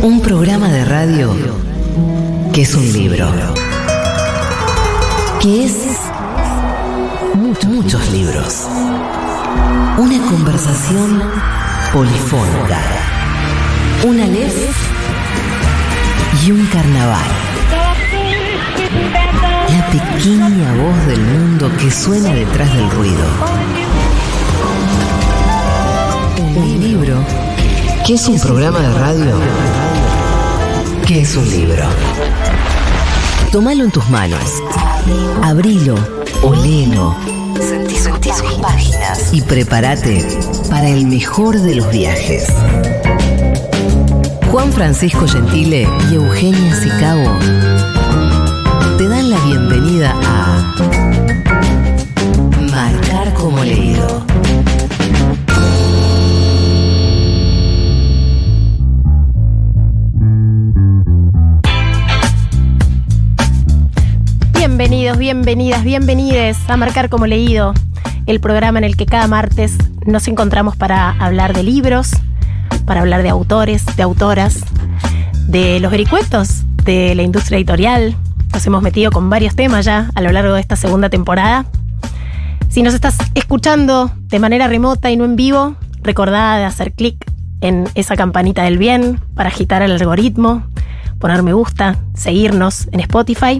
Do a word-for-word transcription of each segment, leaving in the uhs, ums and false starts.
Un programa de radio que es un libro, que es muchos, muchos libros. Una conversación polifónica, una Aleph y un carnaval. La pequeña voz del mundo que suena detrás del ruido. Un libro que es un programa de radio que es un libro. Tómalo en tus manos, abrilo o léelo. Sentí sus páginas y prepárate para el mejor de los viajes. Juan Francisco Gentile y Eugenia Sicabo te dan la bienvenida a Marcar como leído. Bienvenidos, bienvenidas, bienvenides a Marcar como leído, el programa en el que cada martes nos encontramos para hablar de libros, para hablar de autores, de autoras, de los vericuetos, de la industria editorial. Nos hemos metido con varios temas ya a lo largo de esta segunda temporada. Si nos estás escuchando de manera remota y no en vivo, recordá de hacer clic en esa campanita del bien para agitar el algoritmo, poner me gusta, seguirnos en Spotify.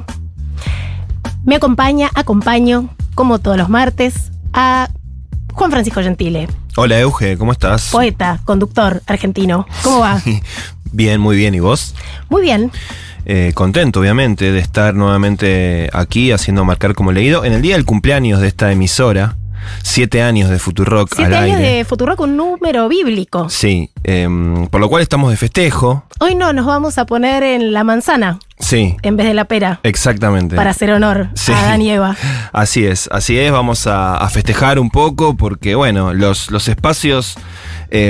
Me acompaña, acompaño, como todos los martes, a Juan Francisco Gentile. Hola Euge, ¿cómo estás? Poeta, conductor argentino. ¿Cómo va? Bien, muy bien. ¿Y vos? Muy bien. Eh, contento, obviamente, de estar nuevamente aquí haciendo Marcar como leído en el día del cumpleaños de esta emisora. Siete años de Futurock al aire. Siete años de Futurock, un número bíblico. Sí, eh, por lo cual estamos de festejo. Hoy no, nos vamos a poner en la manzana. Sí. En vez de la pera. Exactamente. Para hacer honor sí. a Adán y Eva. Así es, así es. Vamos a, a festejar un poco porque, bueno, los, los espacios eh,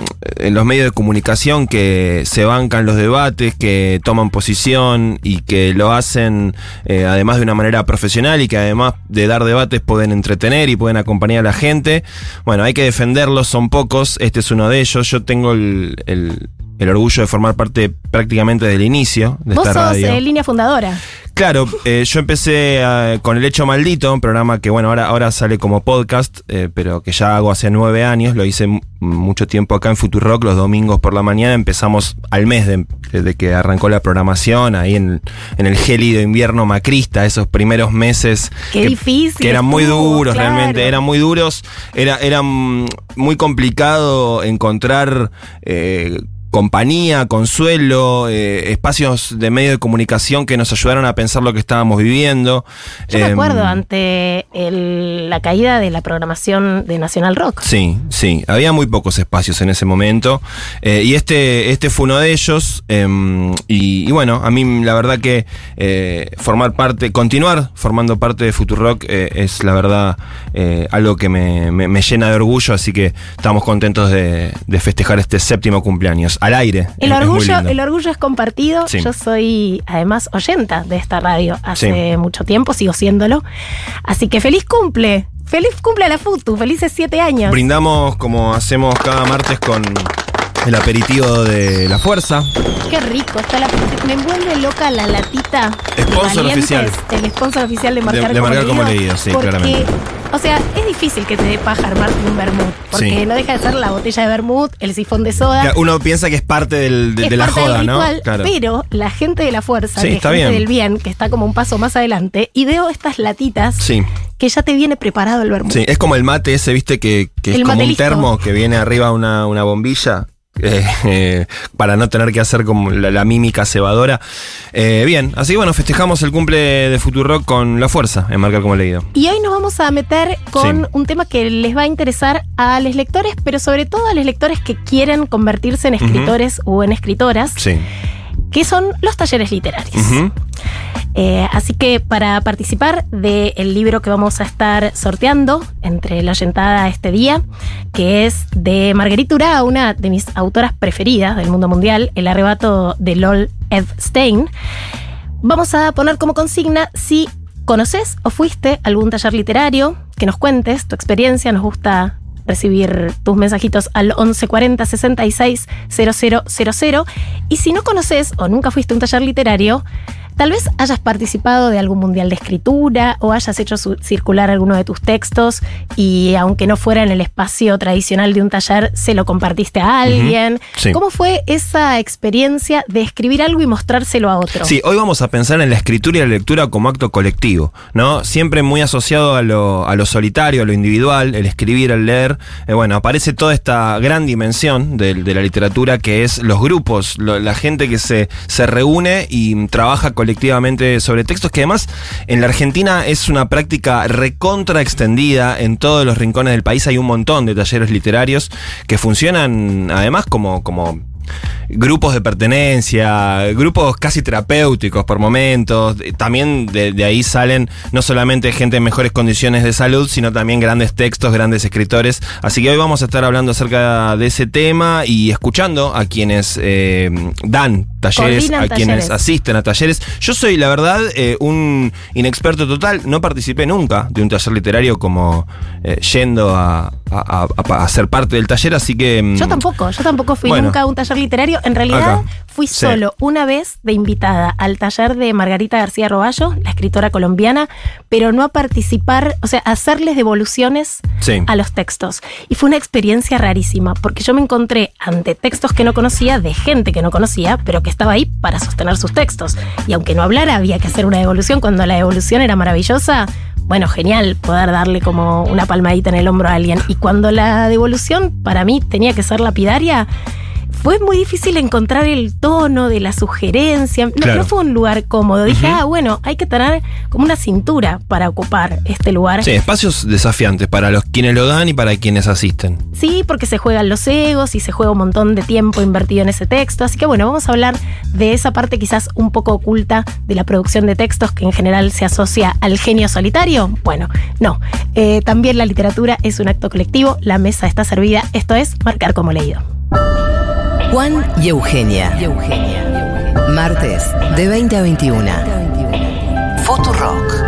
en los medios de comunicación que se bancan los debates, que toman posición y que lo hacen eh, además de una manera profesional y que además de dar debates pueden entretener y pueden acompañar a la gente. Bueno, hay que defenderlos, son pocos. Este es uno de ellos. Yo tengo el... el el orgullo de formar parte prácticamente del inicio de Vos esta sos, radio. Vos sos línea fundadora. Claro, eh, yo empecé uh, con El Hecho Maldito, un programa que bueno, ahora, ahora sale como podcast, eh, pero que ya hago hace nueve años, lo hice m- mucho tiempo acá en Futurock, los domingos por la mañana, empezamos al mes de, desde que arrancó la programación, ahí en, en el gélido invierno macrista, esos primeros meses. Qué que, difícil. Que eran muy estuvo, duros, claro. realmente, eran muy duros, era, era muy complicado encontrar... Eh, compañía, consuelo, eh, espacios de medio de comunicación que nos ayudaron a pensar lo que estábamos viviendo. Yo me eh, acuerdo ante el, la caída de la programación de Nacional Rock. Sí, sí, había muy pocos espacios en ese momento eh, y este, este fue uno de ellos eh, y, y bueno, a mí la verdad que eh, formar parte, continuar formando parte de Futurock eh, es la verdad eh, algo que me, me, me llena de orgullo, así que estamos contentos de, de festejar este séptimo cumpleaños. Al aire. El orgullo, el orgullo es compartido. Sí. Yo soy además oyenta de esta radio hace sí. mucho tiempo, sigo siéndolo. Así que feliz cumple. Feliz cumple a la Futu, felices siete años. Brindamos como hacemos cada martes con el aperitivo de La Fuerza. Qué rico, está la, me envuelve loca la latita. Sponsor oficial. El sponsor oficial de Marcar, de, de como, marcar leído, como leído, sí, porque, claramente. O sea, es difícil que te dé paja armarte un vermut, porque sí. no deja de ser la botella de vermut, el sifón de soda. Uno piensa que es parte del, de, es de la parte joda, del ritual, ¿no? Claro. Pero la gente de La Fuerza, sí, que está gente bien. del bien, que está como un paso más adelante, y veo estas latitas sí. que ya te viene preparado el vermut. Sí, es como el mate ese, viste, que, que es como un listo. termo que viene arriba una, una bombilla. Eh, eh, para no tener que hacer como la, la mímica cebadora. Eh, bien, así que bueno, festejamos el cumple de Futurock con La Fuerza en Marcar como leído. Y hoy nos vamos a meter con sí. un tema que les va a interesar a los lectores, pero sobre todo a los lectores que quieren convertirse en escritores uh-huh. o en escritoras, sí. que son los talleres literarios. Uh-huh. Eh, así que para participar del libro que vamos a estar sorteando entre la oyentada este día, que es de Marguerite Urá, una de mis autoras preferidas del mundo mundial, El arrebato de Lol Stein, vamos a poner como consigna si conoces o fuiste a algún taller literario, que nos cuentes tu experiencia. Nos gusta recibir tus mensajitos al once cuarenta sesenta y seis cero cero cero cero. Y si no conoces o nunca fuiste a un taller literario, tal vez hayas participado de algún mundial de escritura o hayas hecho su- circular alguno de tus textos y aunque no fuera en el espacio tradicional de un taller, se lo compartiste a alguien. Uh-huh. Sí. ¿Cómo fue esa experiencia de escribir algo y mostrárselo a otro? Sí, hoy vamos a pensar en la escritura y la lectura como acto colectivo, ¿no? Siempre muy asociado a lo, a lo solitario, a lo individual, el escribir, el leer. Eh, bueno, aparece toda esta gran dimensión de, de la literatura que es los grupos, lo- la gente que se, se reúne y trabaja colectivamente sobre textos, que además en la Argentina es una práctica recontra extendida. En todos los rincones del país hay un montón de talleres literarios que funcionan además como... como grupos de pertenencia, grupos casi terapéuticos por momentos. También de, de ahí salen no solamente gente en mejores condiciones de salud, sino también grandes textos, grandes escritores. Así que hoy vamos a estar hablando acerca de ese tema y escuchando a quienes eh, dan talleres, Coordinan a quienes talleres. asisten a talleres. Yo soy, la verdad, eh, un inexperto total. No participé nunca de un taller literario como eh, yendo a, a, a, a ser parte del taller, así que... Yo tampoco, yo tampoco fui Bueno. nunca a un taller literario. En realidad Acá. fui Sí. solo una vez de invitada al taller de Margarita García Roballo, la escritora colombiana, pero no a participar, o sea, a hacerles devoluciones Sí. a los textos. Y fue una experiencia rarísima, porque yo me encontré ante textos que no conocía, de gente que no conocía, pero que estaba ahí para sostener sus textos. Y aunque no hablara, había que hacer una devolución. Cuando la devolución era maravillosa, bueno, genial poder darle como una palmadita en el hombro a alguien. Y cuando la devolución para mí tenía que ser lapidaria, fue muy difícil encontrar el tono de la sugerencia. No, Claro. no fue un lugar cómodo. Dije, Ujú. ah, bueno, hay que tener como una cintura para ocupar este lugar. Sí, espacios desafiantes para los quienes lo dan y para quienes asisten. Sí, porque se juegan los egos y se juega un montón de tiempo invertido en ese texto. Así que bueno, vamos a hablar de esa parte quizás un poco oculta de la producción de textos que en general se asocia al genio solitario. Bueno, no. Eh, también la literatura es un acto colectivo. La mesa está servida. Esto es Marcar como leído. Juan y Eugenia. Martes de veinte a veintiuno. Futurock.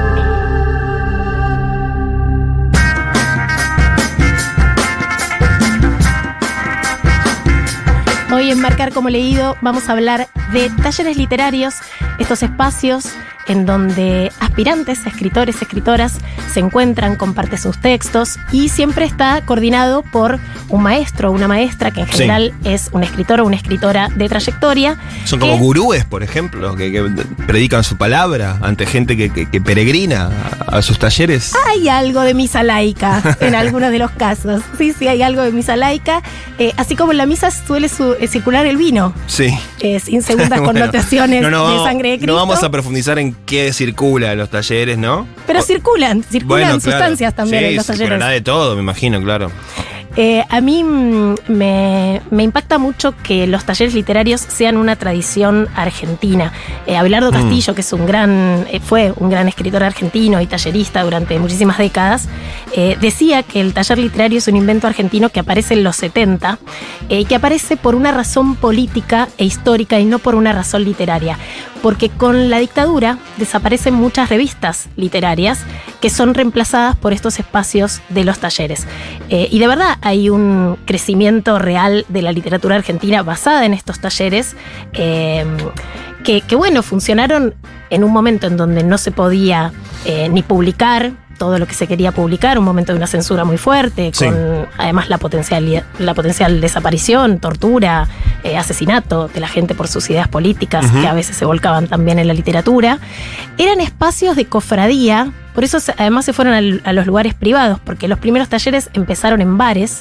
Hoy en Marcar como leído vamos a hablar de talleres literarios, estos espacios en donde aspirantes, escritores, escritoras se encuentran, comparten sus textos y siempre está coordinado por un maestro o una maestra que en Sí. general es un escritor o una escritora de trayectoria. Son que- como gurúes, por ejemplo, que, que predican su palabra ante gente que, que- que peregrina a, a sus talleres. Hay algo de misa laica en algunos de los casos. Sí, sí, hay algo de misa laica. Eh, así como en la misa suele su- eh, circular el vino, Sí. eh, sin segundas Bueno, connotaciones no, no de vamos- sangre de Cristo. No vamos a profundizar en qué circula en los talleres, ¿no? Pero O- circulan, circulan Bueno, claro. sustancias también Sí, en los talleres. circulará de todo, me imagino, claro. Eh, a mí mm, me, me impacta mucho que los talleres literarios sean una tradición argentina. Eh, Abelardo Mm. Castillo, que es un gran, eh, fue un gran escritor argentino y tallerista durante muchísimas décadas, eh, decía que el taller literario es un invento argentino que aparece en los setenta eh, y que aparece por una razón política e histórica y no por una razón literaria. Porque con la dictadura desaparecen muchas revistas literarias que son reemplazadas por estos espacios de los talleres. Eh, y de verdad hay un crecimiento real de la literatura argentina basada en estos talleres eh, que, que, bueno, funcionaron en un momento en donde no se podía eh, ni publicar todo lo que se quería publicar, un momento de una censura muy fuerte, Sí. con además la potencial, la potencial desaparición, tortura, eh, asesinato de la gente por sus ideas políticas, Ujú. que a veces se volcaban también en la literatura. Eran espacios de cofradía, por eso se- además se fueron al- a los lugares privados, porque los primeros talleres empezaron en bares.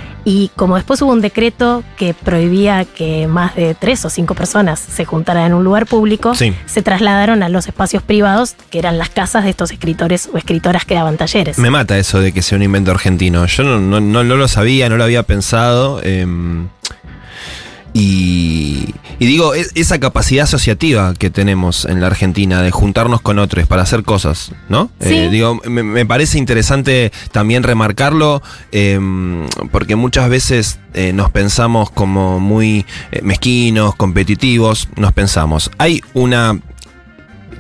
Y como después hubo un decreto que prohibía que más de tres o cinco personas se juntaran en un lugar público, Sí. se trasladaron a los espacios privados, que eran las casas de estos escritores o escritoras que daban talleres. Me mata eso de que sea un invento argentino. Yo no, no, no, no lo sabía, no lo había pensado. eh, y, y digo, es- esa capacidad asociativa que tenemos en la Argentina de juntarnos con otros para hacer cosas, ¿no? Sí. Eh, digo, me, me parece interesante también remarcarlo, eh, porque muchas veces eh, nos pensamos como muy eh, mezquinos, competitivos, nos pensamos, hay una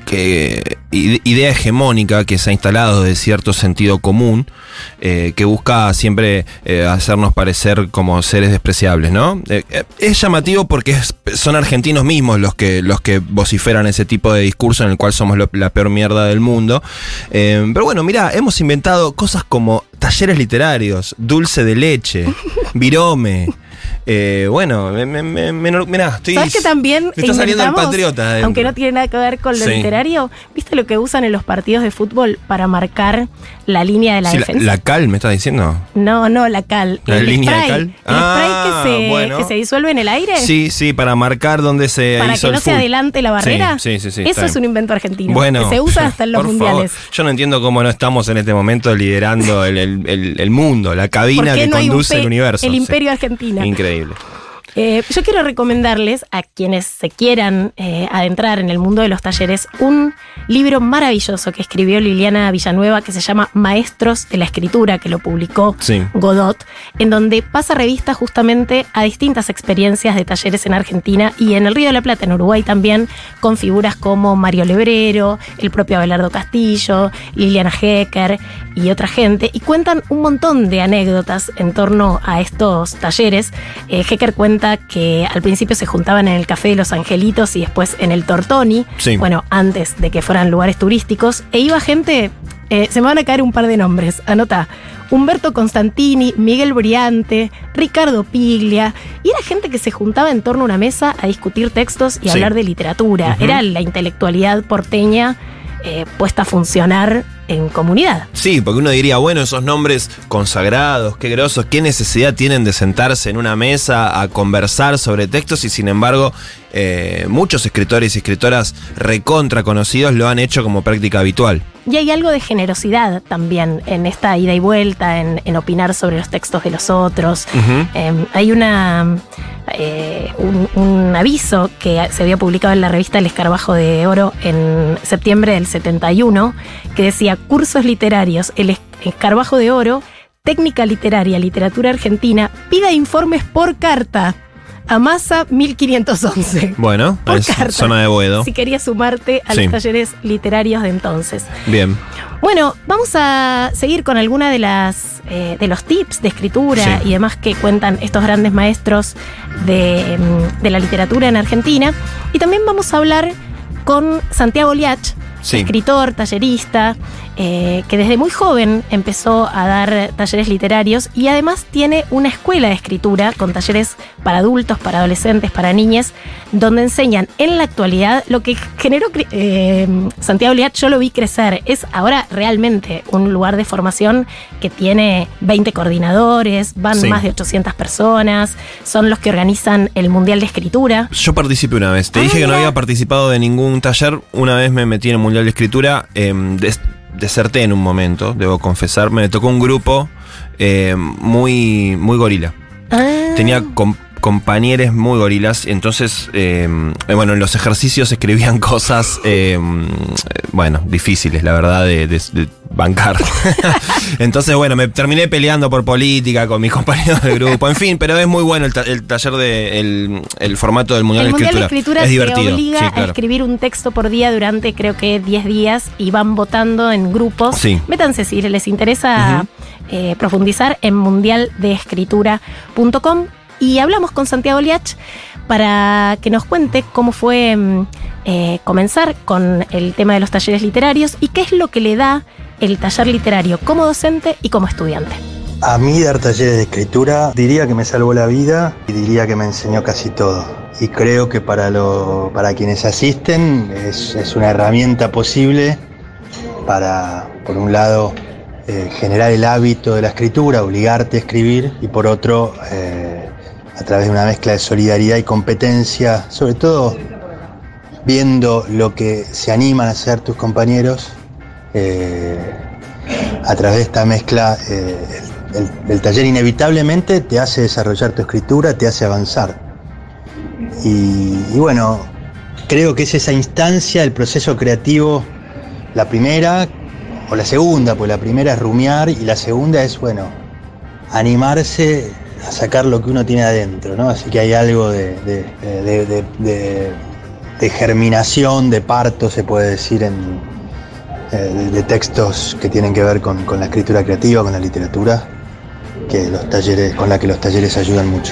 que, idea hegemónica que se ha instalado de cierto sentido común, eh, que busca siempre eh, hacernos parecer como seres despreciables, ¿no? Eh, es llamativo porque es, son argentinos mismos los que, los que vociferan ese tipo de discurso en el cual somos lo, la peor mierda del mundo. Eh, pero bueno, mirá, hemos inventado cosas como talleres literarios, dulce de leche, virome. Eh, bueno, me, me, me, me, mirá, estoy. ¿Sabes que también me está saliendo el patriota adentro? Aunque no tiene nada que ver con lo sí. literario, ¿viste lo que usan en los partidos de fútbol para marcar la línea de la sí, defensa? La, ¿La cal me estás diciendo? No, no, la cal. ¿La el línea spray, de cal? El Ah, spray que se, bueno. que se disuelve en el aire. Sí, sí, para marcar dónde se Para hizo que no el se full. adelante la barrera. Sí, sí, sí. Eso es un invento argentino. Bueno, que se usa hasta en los por mundiales. favor. Yo no entiendo cómo no estamos en este momento liderando el, el, el, el mundo, la cabina que no conduce un el universo. El imperio sí. argentino. Increíble. Eh, yo quiero recomendarles a quienes se quieran eh, adentrar en el mundo de los talleres un libro maravilloso que escribió Liliana Villanueva que se llama Maestros de la Escritura, que lo publicó sí. Godot, en donde pasa revista justamente a distintas experiencias de talleres en Argentina y en el Río de la Plata, en Uruguay también, con figuras como Mario Lebrero, el propio Abelardo Castillo, Liliana Hecker y otra gente, y cuentan un montón de anécdotas en torno a estos talleres. Eh, Hecker cuenta que al principio se juntaban en el Café de los Angelitos y después en el Tortoni, sí. bueno, antes de que fueran lugares turísticos, e iba gente, eh, se me van a caer un par de nombres, anota, Humberto Constantini, Miguel Briante, Ricardo Piglia, y era gente que se juntaba en torno a una mesa a discutir textos y sí. hablar de literatura, uh-huh. Era la intelectualidad porteña eh, puesta a funcionar en comunidad. Sí, porque uno diría, bueno, esos nombres consagrados, qué grosos, qué necesidad tienen de sentarse en una mesa a conversar sobre textos y sin embargo eh, muchos escritores y escritoras recontra conocidos lo han hecho como práctica habitual. Y hay algo de generosidad también en esta ida y vuelta, en, en opinar sobre los textos de los otros. Uh-huh. Eh, hay una eh, un, un aviso que se había publicado en la revista El Escarabajo de Oro en septiembre del setenta y uno, que decía: cursos literarios, El Escarabajo de Oro, técnica literaria, literatura argentina, pida informes por carta. A Massa mil quinientos once. Bueno, por es carta, zona de Boedo. Si querías sumarte a sí. los talleres literarios de entonces. Bien. Bueno, vamos a seguir con alguna de las eh, de los tips de escritura sí. y demás que cuentan estos grandes maestros de, de la literatura en Argentina. Y también vamos a hablar con Santiago Liach, sí. escritor, tallerista, eh, que desde muy joven empezó a dar talleres literarios y además tiene una escuela de escritura con talleres para adultos, para adolescentes, para niñas, donde enseñan en la actualidad lo que generó eh, Santiago Liach. Yo lo vi crecer. Es ahora realmente un lugar de formación que tiene veinte coordinadores, van sí. más de ochocientas personas, son los que organizan el Mundial de Escritura. Yo participé una vez. Te ah, dije que mira. no había participado de ningún taller. Una vez me metí en el Mundial de Escritura. Eh, des- deserté en un momento, debo confesar. Me tocó un grupo eh, muy, muy gorila. Ah. Tenía com- compañeros muy gorilas. Entonces, eh, bueno, en los ejercicios escribían cosas, eh, bueno, difíciles, la verdad, de, de, de bancar. Entonces, bueno, me terminé peleando por política con mis compañeros del grupo. En fin, pero es muy bueno el, ta- el taller de el, el formato del Mundial, el de, mundial escritura. de Escritura. Es divertido. Te obliga sí, claro. a escribir un texto por día durante, creo que, diez días y van votando en grupos. Sí. Métanse si les interesa uh-huh. eh, profundizar en mundial de escritura punto com. Y hablamos con Santiago Liach para que nos cuente cómo fue eh, comenzar con el tema de los talleres literarios y qué es lo que le da el taller literario como docente y como estudiante. A mí dar talleres de escritura diría que me salvó la vida y diría que me enseñó casi todo. Y creo que para, lo, para quienes asisten es, es una herramienta posible para, por un lado, eh, generar el hábito de la escritura, obligarte a escribir, y por otro, eh, a través de una mezcla de solidaridad y competencia, sobre todo viendo lo que se animan a hacer tus compañeros, eh, a través de esta mezcla, eh, el, el, el taller inevitablemente te hace desarrollar tu escritura, te hace avanzar. Y, y bueno, creo que es esa instancia, el proceso creativo, la primera o la segunda, pues la primera es rumiar y la segunda es, bueno, animarse a sacar lo que uno tiene adentro, ¿no? Así que hay algo de, de, de, de, de, de germinación, de parto, se puede decir, en, eh, de, de textos que tienen que ver con, con la escritura creativa, con la literatura, que los talleres, con la que los talleres ayudan mucho.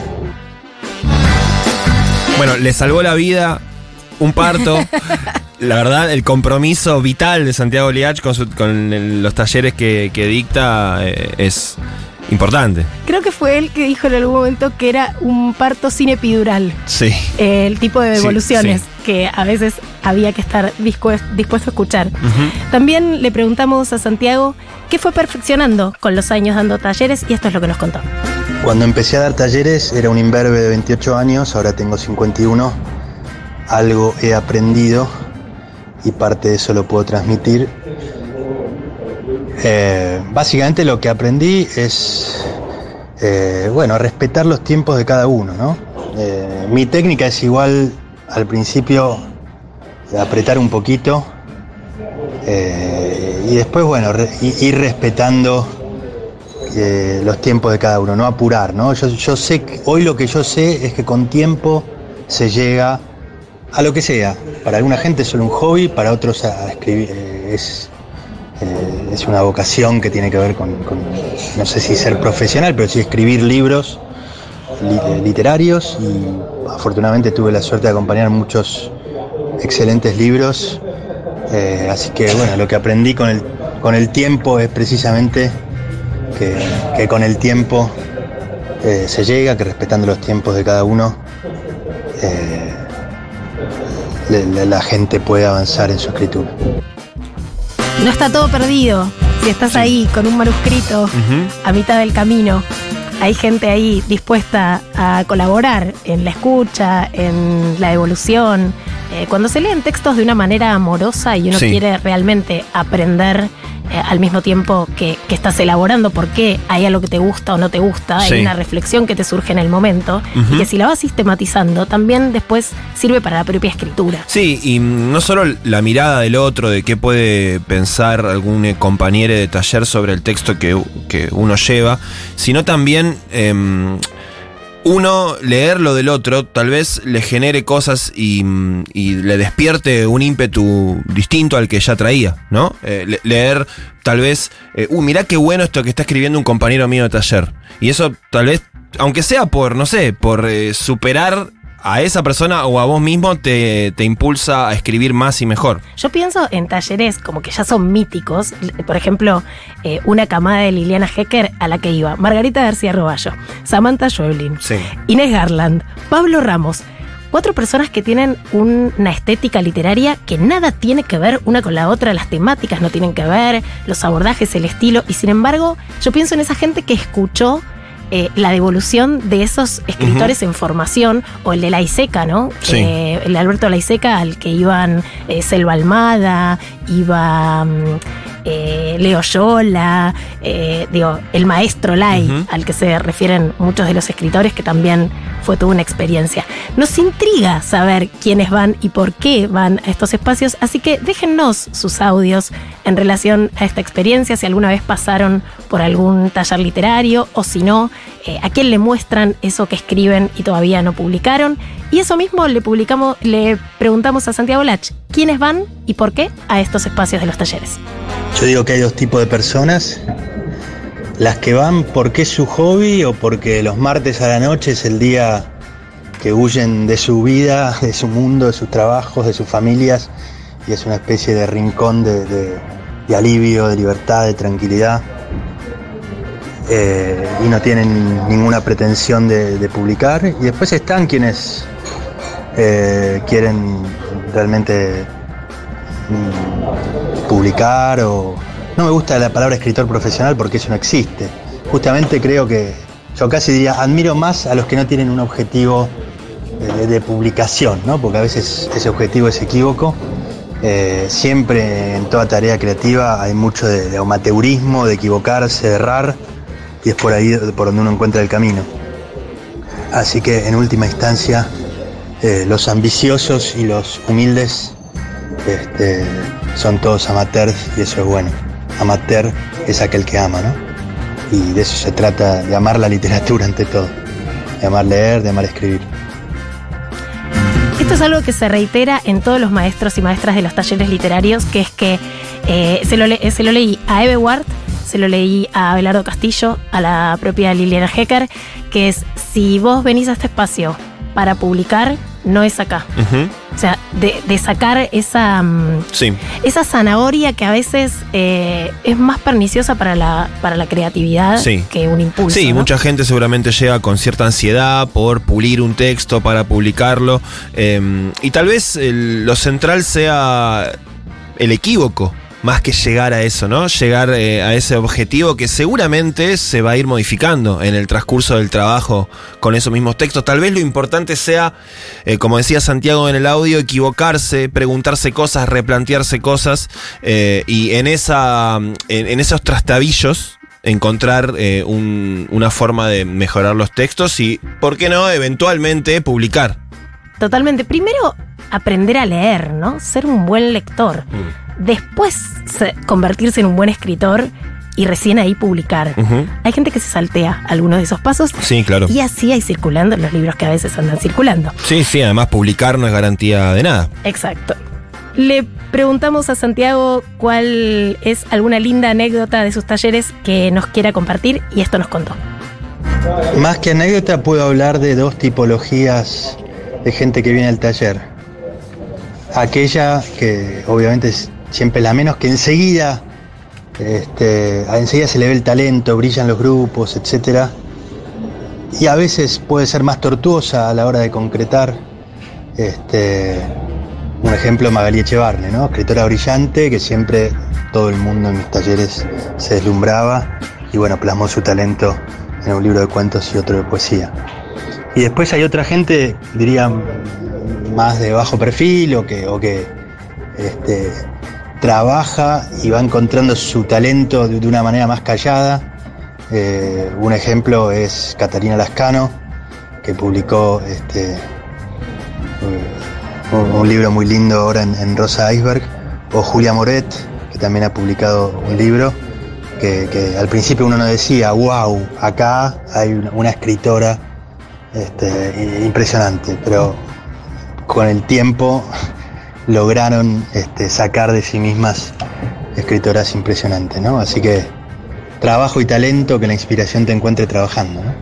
Bueno, le salvó la vida un parto. La verdad, el compromiso vital de Santiago Oliach con, su, con el, los talleres que, que dicta eh, es importante. Creo que fue él que dijo en algún momento que era un parto sin epidural. Sí. Eh, el tipo de devoluciones sí, sí. que a veces había que estar dispuesto, dispuesto a escuchar. Uh-huh. También le preguntamos a Santiago qué fue perfeccionando con los años dando talleres y esto es lo que nos contó. Cuando empecé a dar talleres era un imberbe de veintiocho años, ahora tengo cincuenta y uno. Algo he aprendido y parte de eso lo puedo transmitir. Eh, básicamente lo que aprendí es, eh, bueno, respetar los tiempos de cada uno, ¿no? Eh, mi técnica es igual al principio, de apretar un poquito eh, y después, bueno, re, ir respetando eh, los tiempos de cada uno, no apurar, ¿no? Yo, yo sé, que, hoy lo que yo sé es que con tiempo se llega a lo que sea. Para alguna gente es solo un hobby, para otros a escribir, eh, es, eh, es una vocación que tiene que ver con, con, no sé si ser profesional, pero sí escribir libros li, literarios y afortunadamente tuve la suerte de acompañar muchos excelentes libros, eh, así que bueno, lo que aprendí con el, con el tiempo es precisamente que, que con el tiempo eh, se llega, que respetando los tiempos de cada uno, eh, la gente puede avanzar en su escritura. No está todo perdido. Si estás sí. ahí con un manuscrito uh-huh. a mitad del camino, hay gente ahí dispuesta a colaborar en la escucha, en la devolución. Eh, cuando se leen textos de una manera amorosa y uno sí. quiere realmente aprender eh, al mismo tiempo que, que estás elaborando por qué hay algo que te gusta o no te gusta, sí. hay una reflexión que te surge en el momento uh-huh. y que si la vas sistematizando también después sirve para la propia escritura. Sí, y no solo la mirada del otro, de qué puede pensar algún compañero de taller sobre el texto que, que uno lleva, sino también eh, uno leer lo del otro tal vez le genere cosas y, y le despierte un ímpetu distinto al que ya traía, ¿no? Eh, le, leer tal vez, eh, uh, mirá qué bueno esto que está escribiendo un compañero mío de taller. Y eso tal vez, aunque sea por, no sé, por eh, superar a esa persona o a vos mismo, te, te impulsa a escribir más y mejor. Yo pienso en talleres como que ya son míticos. Por ejemplo, eh, una camada de Liliana Hecker a la que iba Margarita García Roballo, Samantha Schweblin, sí. Inés Garland, Pablo Ramos. Cuatro personas que tienen una estética literaria que nada tiene que ver una con la otra, las temáticas no tienen que ver, los abordajes, el estilo, y sin embargo, yo pienso en esa gente que escuchó Eh, la devolución de esos escritores uh-huh. en formación, o el de Laiseca, ¿no? Sí. Eh, el de Alberto Laiseca, al que iban eh, Selva Almada, iba eh, Leo Yola, eh, digo, el maestro Lai, uh-huh. al que se refieren muchos de los escritores, que también fue toda una experiencia. Nos intriga saber quiénes van y por qué van a estos espacios, así que déjennos sus audios en relación a esta experiencia, si alguna vez pasaron por algún taller literario o si no, eh, a quién le muestran eso que escriben y todavía no publicaron. Y eso mismo le publicamos, le preguntamos a Santiago Oliach, ¿quiénes van y por qué a estos espacios de los talleres? Yo digo que hay dos tipos de personas, las que van porque es su hobby o porque los martes a la noche es el día que huyen de su vida, de su mundo, de sus trabajos, de sus familias, y es una especie de rincón de, de, de alivio, de libertad, de tranquilidad. Eh, y no tienen ninguna pretensión de, de publicar. Y después están quienes eh, quieren realmente mm, publicar, o no me gusta la palabra escritor profesional porque eso no existe. Justamente creo que yo casi diría, admiro más a los que no tienen un objetivo de, de publicación, ¿no? Porque a veces ese objetivo es equívoco. Eh, siempre en toda tarea creativa hay mucho de, de amateurismo, de equivocarse, de errar, y es por ahí por donde uno encuentra el camino. Así que en última instancia, eh, los ambiciosos y los humildes este, son todos amateurs, y eso es bueno. Amateur es aquel que ama, ¿no? Y de eso se trata, de amar la literatura ante todo, de amar leer, de amar escribir. Esto es algo que se reitera en todos los maestros y maestras de los talleres literarios, que es que eh, se, lo le, se lo leí a Eve Ward, se lo leí a Abelardo Castillo, a la propia Liliana Hecker, que es, si vos venís a este espacio para publicar, no es acá. Uh-huh. O sea, de, de sacar esa, sí. esa zanahoria que a veces eh, es más perniciosa para la, para la creatividad sí. que un impulso. Sí, ¿no? Mucha gente seguramente llega con cierta ansiedad por pulir un texto para publicarlo. Eh, y tal vez el, lo central sea el equívoco. Más que llegar a eso, ¿no? Llegar eh, a ese objetivo que seguramente se va a ir modificando en el transcurso del trabajo con esos mismos textos. Tal vez lo importante sea, eh, como decía Santiago en el audio, equivocarse, preguntarse cosas, replantearse cosas eh, y en, esa, en, en esos trastabillos encontrar eh, un, una forma de mejorar los textos y, ¿por qué no?, eventualmente publicar. Totalmente. Primero, aprender a leer, ¿no? Ser un buen lector. Mm. Después convertirse en un buen escritor y recién ahí publicar. Uh-huh. Hay gente que se saltea algunos de esos pasos. Sí, claro. Y así hay circulando los libros que a veces andan circulando. Sí, sí, además publicar no es garantía de nada. Exacto. Le preguntamos a Santiago cuál es alguna linda anécdota de sus talleres que nos quiera compartir y esto nos contó. Más que anécdota puedo hablar de dos tipologías de gente que viene al taller. Aquella que obviamente es siempre la menos, que enseguida, este, enseguida se le ve el talento, brillan los grupos, etcétera. Y a veces puede ser más tortuosa a la hora de concretar. Este, un ejemplo, Magalí Echevarne, ¿no? Escritora brillante que siempre todo el mundo en mis talleres se deslumbraba y bueno, plasmó su talento en un libro de cuentos y otro de poesía. Y después hay otra gente, diría, más de bajo perfil o que, o que este, trabaja y va encontrando su talento de, de una manera más callada. Eh, un ejemplo es Catalina Lascano, que publicó este, un, un libro muy lindo ahora en, en Rosa Iceberg, o Julia Moret, que también ha publicado un libro que, que al principio uno no decía, wow, acá hay una, una escritora este, impresionante, pero con el tiempo lograron este, sacar de sí mismas escritoras impresionantes, ¿no? Así que trabajo y talento, que la inspiración te encuentre trabajando, ¿no?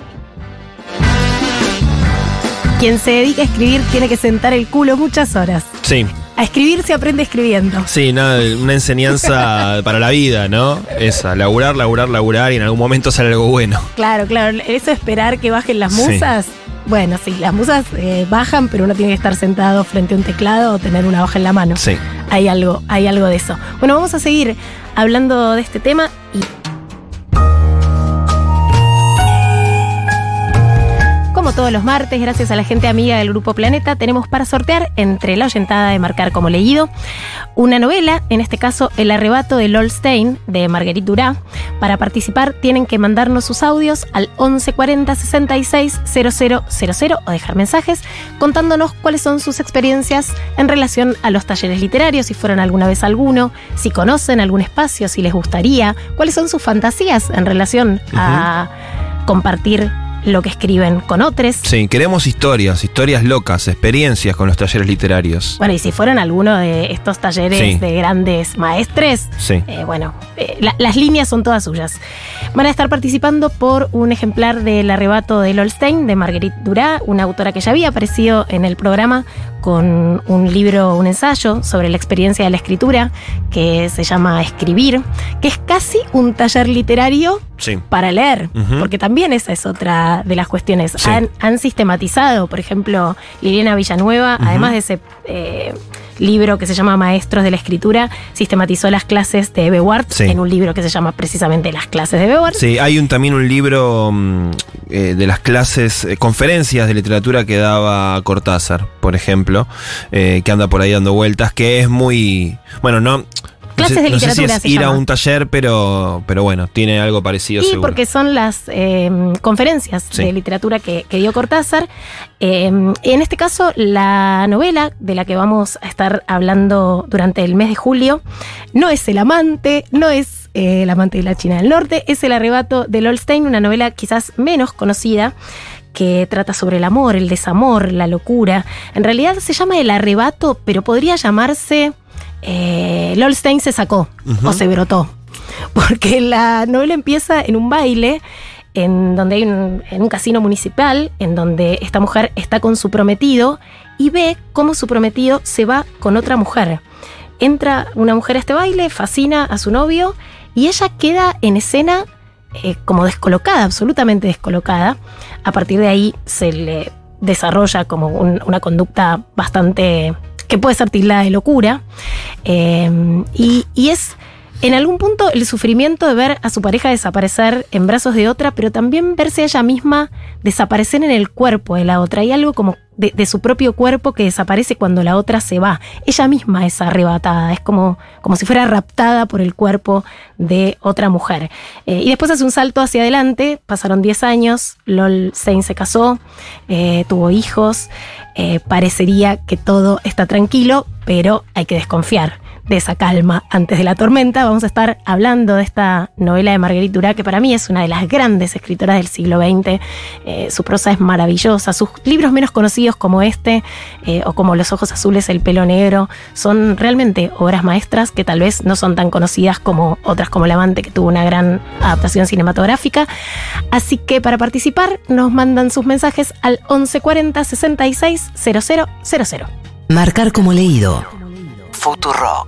Quien se dedica a escribir tiene que sentar el culo muchas horas. Sí. A escribir se aprende escribiendo. Sí, nada, una enseñanza para la vida, ¿no? Esa, laburar, laburar, laburar y en algún momento sale algo bueno. Claro, claro. Eso de esperar que bajen las musas. Sí. Bueno, sí, las musas eh, bajan, pero uno tiene que estar sentado frente a un teclado o tener una hoja en la mano. Sí. Hay algo, hay algo de eso. Bueno, vamos a seguir hablando de este tema y... Como todos los martes, gracias a la gente amiga del Grupo Planeta, tenemos para sortear entre la oyentada de Marcar como Leído una novela, en este caso El arrebato de Lolstein, de Marguerite Duras. Para participar tienen que mandarnos sus audios al once cuarenta sesenta y seis cero cero cero cero o dejar mensajes contándonos cuáles son sus experiencias en relación a los talleres literarios, si fueron alguna vez a alguno, si conocen algún espacio, si les gustaría, cuáles son sus fantasías en relación uh-huh. a compartir lo que escriben con otros. Sí, queremos historias, historias locas, experiencias con los talleres literarios. Bueno, y si fueron alguno de estos talleres sí. de grandes maestres, sí. eh, bueno, eh, la, las líneas son todas suyas. Van a estar participando por un ejemplar del arrebato de Lolstein, de Marguerite Duras, una autora que ya había aparecido en el programa con un libro, un ensayo sobre la experiencia de la escritura, que se llama Escribir, que es casi un taller literario sí. para leer, uh-huh. porque también esa es otra de las cuestiones. Sí. Han, han sistematizado, por ejemplo, Liliana Villanueva, uh-huh. además de ese eh, libro que se llama Maestros de la Escritura, sistematizó las clases de Eve Ward sí. en un libro que se llama precisamente Las clases de Eve Ward. Sí, hay un, también un libro eh, de las clases, eh, conferencias de literatura que daba Cortázar, por ejemplo, eh, que anda por ahí dando vueltas, que es muy... Bueno, no... Clases no sé, de literatura. No sé si es ir llama. a un taller, pero, pero bueno, tiene algo parecido y seguro. Porque son las eh, conferencias sí. de literatura que, que dio Cortázar. Eh, en este caso, la novela de la que vamos a estar hablando durante el mes de julio no es El amante, no es eh, El amante de la China del Norte, es El arrebato de Lolstein, una novela quizás menos conocida, que trata sobre el amor, el desamor, la locura. En realidad se llama El arrebato, pero podría llamarse eh, Lolstein se sacó uh-huh. o se brotó. Porque la novela empieza en un baile en donde hay un, en un casino municipal, en donde esta mujer está con su prometido y ve cómo su prometido se va con otra mujer. Entra una mujer a este baile, fascina a su novio y ella queda en escena eh, como descolocada, absolutamente descolocada. A partir de ahí se le desarrolla como un, una conducta bastante que puede ser tildada de locura eh, y, y es en algún punto el sufrimiento de ver a su pareja desaparecer en brazos de otra, pero también verse a ella misma desaparecer en el cuerpo de la otra. Hay algo como de, de su propio cuerpo que desaparece cuando la otra se va. Ella misma es arrebatada, es como, como si fuera raptada por el cuerpo de otra mujer. Eh, y después hace un salto hacia adelante, pasaron diez años, Lolstein se casó, eh, tuvo hijos, eh, parecería que todo está tranquilo, pero hay que desconfiar de esa calma antes de la tormenta. Vamos a estar hablando de esta novela de Marguerite Duras, que para mí es una de las grandes escritoras del siglo veinte. Eh, su prosa es maravillosa. Sus libros menos conocidos como este, eh, o como Los ojos azules, El pelo negro, son realmente obras maestras que tal vez no son tan conocidas como otras como El amante, que tuvo una gran adaptación cinematográfica. Así que para participar nos mandan sus mensajes al once cuarenta sesenta y seis cero cero cero cero. Marcar como leído. Futuro.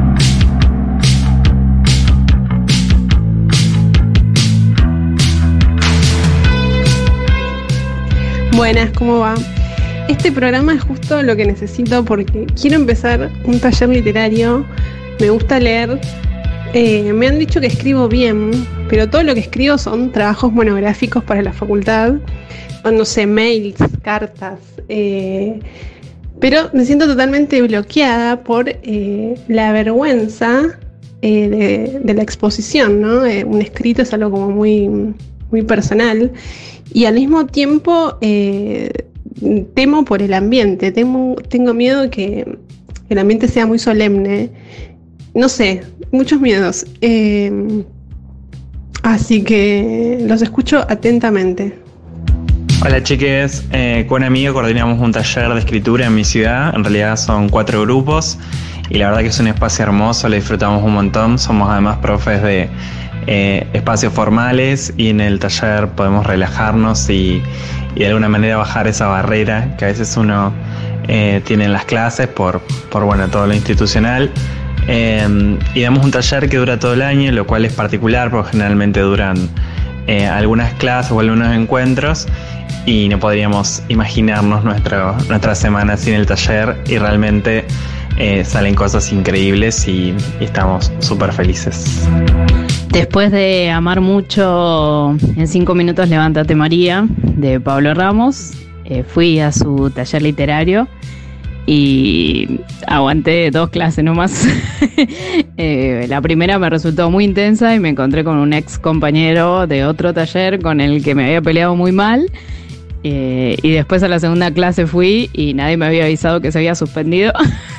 Buenas, ¿cómo va? Este programa es justo lo que necesito porque quiero empezar un taller literario, me gusta leer, eh, me han dicho que escribo bien, pero todo lo que escribo son trabajos monográficos para la facultad, no sé, mails, cartas, eh, pero me siento totalmente bloqueada por eh, la vergüenza eh, de, de la exposición, ¿no? Eh, un escrito es algo como muy, muy personal y al mismo tiempo eh, temo por el ambiente, temo, tengo miedo de que el ambiente sea muy solemne, no sé, muchos miedos. Eh, así que los escucho atentamente. Hola chiques, eh, con un amigo coordinamos un taller de escritura en mi ciudad, en realidad son cuatro grupos y la verdad que es un espacio hermoso, lo disfrutamos un montón, somos además profes de eh, espacios formales y en el taller podemos relajarnos y, y de alguna manera bajar esa barrera que a veces uno eh, tiene en las clases por, por bueno, todo lo institucional. Eh, y damos un taller que dura todo el año, lo cual es particular porque generalmente duran eh, algunas clases o algunos encuentros. Y no podríamos imaginarnos nuestro, nuestra semana sin el taller y realmente eh, salen cosas increíbles y, y estamos súper felices. Después de amar mucho En cinco minutos levántate María de Pablo Ramos, eh, fui a su taller literario y aguanté dos clases nomás. eh, la primera me resultó muy intensa y me encontré con un ex compañero de otro taller con el que me había peleado muy mal. Eh, y después a la segunda clase fui y nadie me había avisado que se había suspendido.